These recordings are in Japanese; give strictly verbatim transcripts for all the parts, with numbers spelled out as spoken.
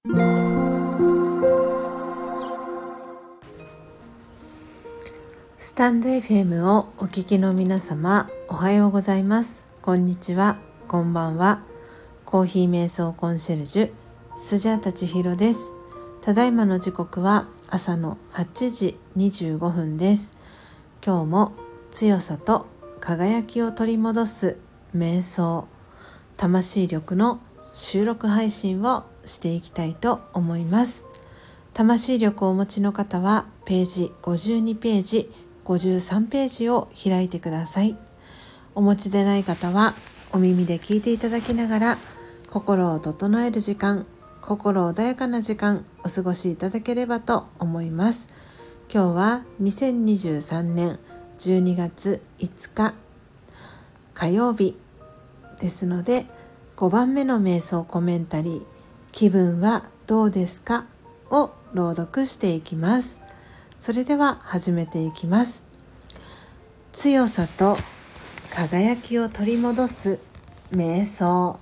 スタンド エフエム をお聞きの皆様、おはようございます。こんにちは、こんばんは。コーヒー瞑想コンシェルジュスジャータ千尋です。ただいまの時刻は朝のはちじにじゅうごふんです。今日も強さと輝きを取り戻す瞑想、魂力の収録配信をしていきたいと思います。魂力をお持ちの方はページごじゅうにページ、ごじゅうさんページを開いてください。お持ちでない方はお耳で聞いていただきながら、心を整える時間、心穏やかな時間お過ごしいただければと思います。今日はにせんにじゅうさんねんじゅうにがついつか火曜日ですので、ごばんめの瞑想コメンタリー、気分はどうですかを朗読していきます。それでは始めていきます。強さと輝きを取り戻す瞑想、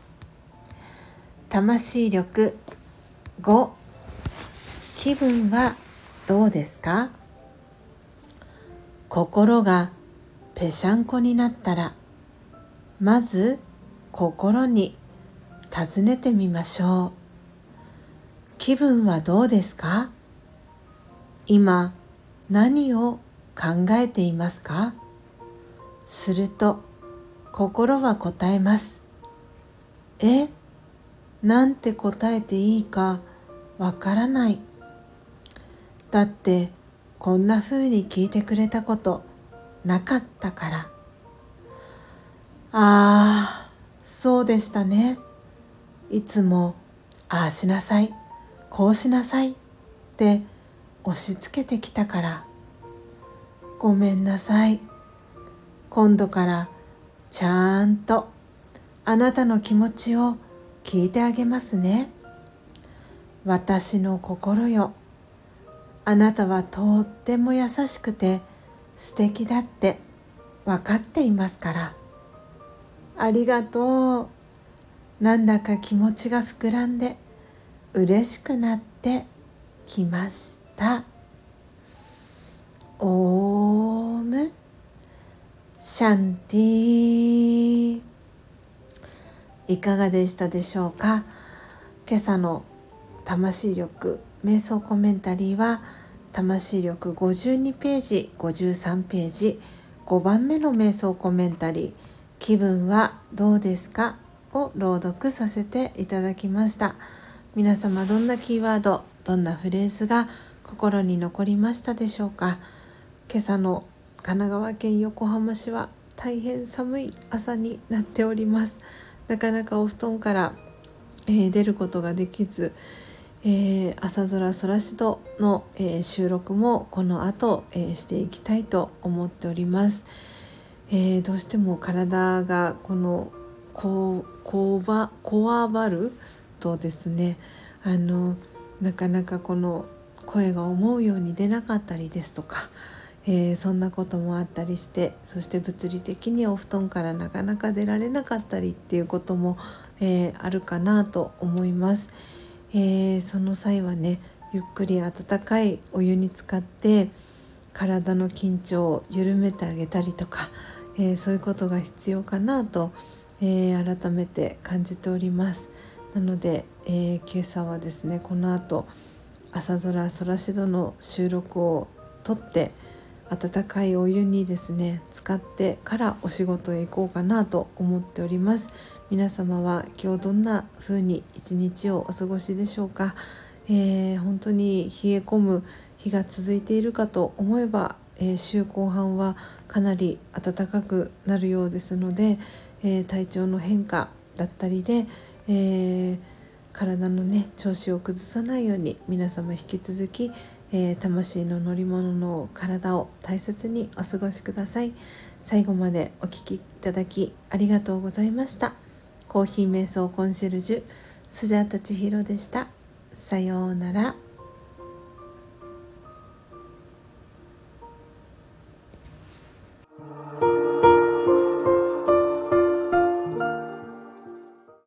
魂力ご、気分はどうですか？心がぺしゃんこになったら、まず心に尋ねてみましょう。気分はどうですか？今何を考えていますか？すると心は答えます。え、なんて答えていいかわからない。だってこんな風に聞いてくれたことなかったから。ああ、そうでしたね。いつもああしなさい、こうしなさいって押し付けてきたから。ごめんなさい。今度からちゃんとあなたの気持ちを聞いてあげますね。私の心よ、あなたはとっても優しくて素敵だって分かっていますから。ありがとう。なんだか気持ちが膨らんで嬉しくなってきました。オームシャンティ。いかがでしたでしょうか？今朝の魂力瞑想コメンタリーは魂力ごじゅうにページ、ごじゅうさんページ、ごばんめの瞑想コメンタリー、気分はどうですかを朗読させていただきました。皆様、どんなキーワード、どんなフレーズが心に残りましたでしょうか？今朝の神奈川県横浜市は大変寒い朝になっております。なかなかお布団から、えー、出ることができず、えー、朝空そらしどの、えー、収録もこの後、えー、していきたいと思っております。えー、どうしても体がこのこうこわこわばるとですね、あのなかなかこの声が思うように出なかったりですとか、えー、そんなこともあったりして、そして物理的にお布団からなかなか出られなかったりっていうことも、えー、あるかなと思います。えー、その際はね、ゆっくり温かいお湯に浸かって体の緊張を緩めてあげたりとか、えー、そういうことが必要かなと、えー、改めて感じております。なので、えー、今朝はですね、この後朝空そらしどの収録を撮って、温かいお湯にですね浸ってからお仕事へ行こうかなと思っております。皆様は今日どんな風に一日をお過ごしでしょうか？えー、本当に冷え込む日が続いているかと思えば、えー、週後半はかなり暖かくなるようですので、えー、体調の変化だったりで、えー、体のね調子を崩さないように皆様引き続き、えー、魂の乗り物の体を大切にお過ごしください。最後までお聞きいただきありがとうございました。コーヒー瞑想コンシェルジュスジャータ千尋でした。さようなら。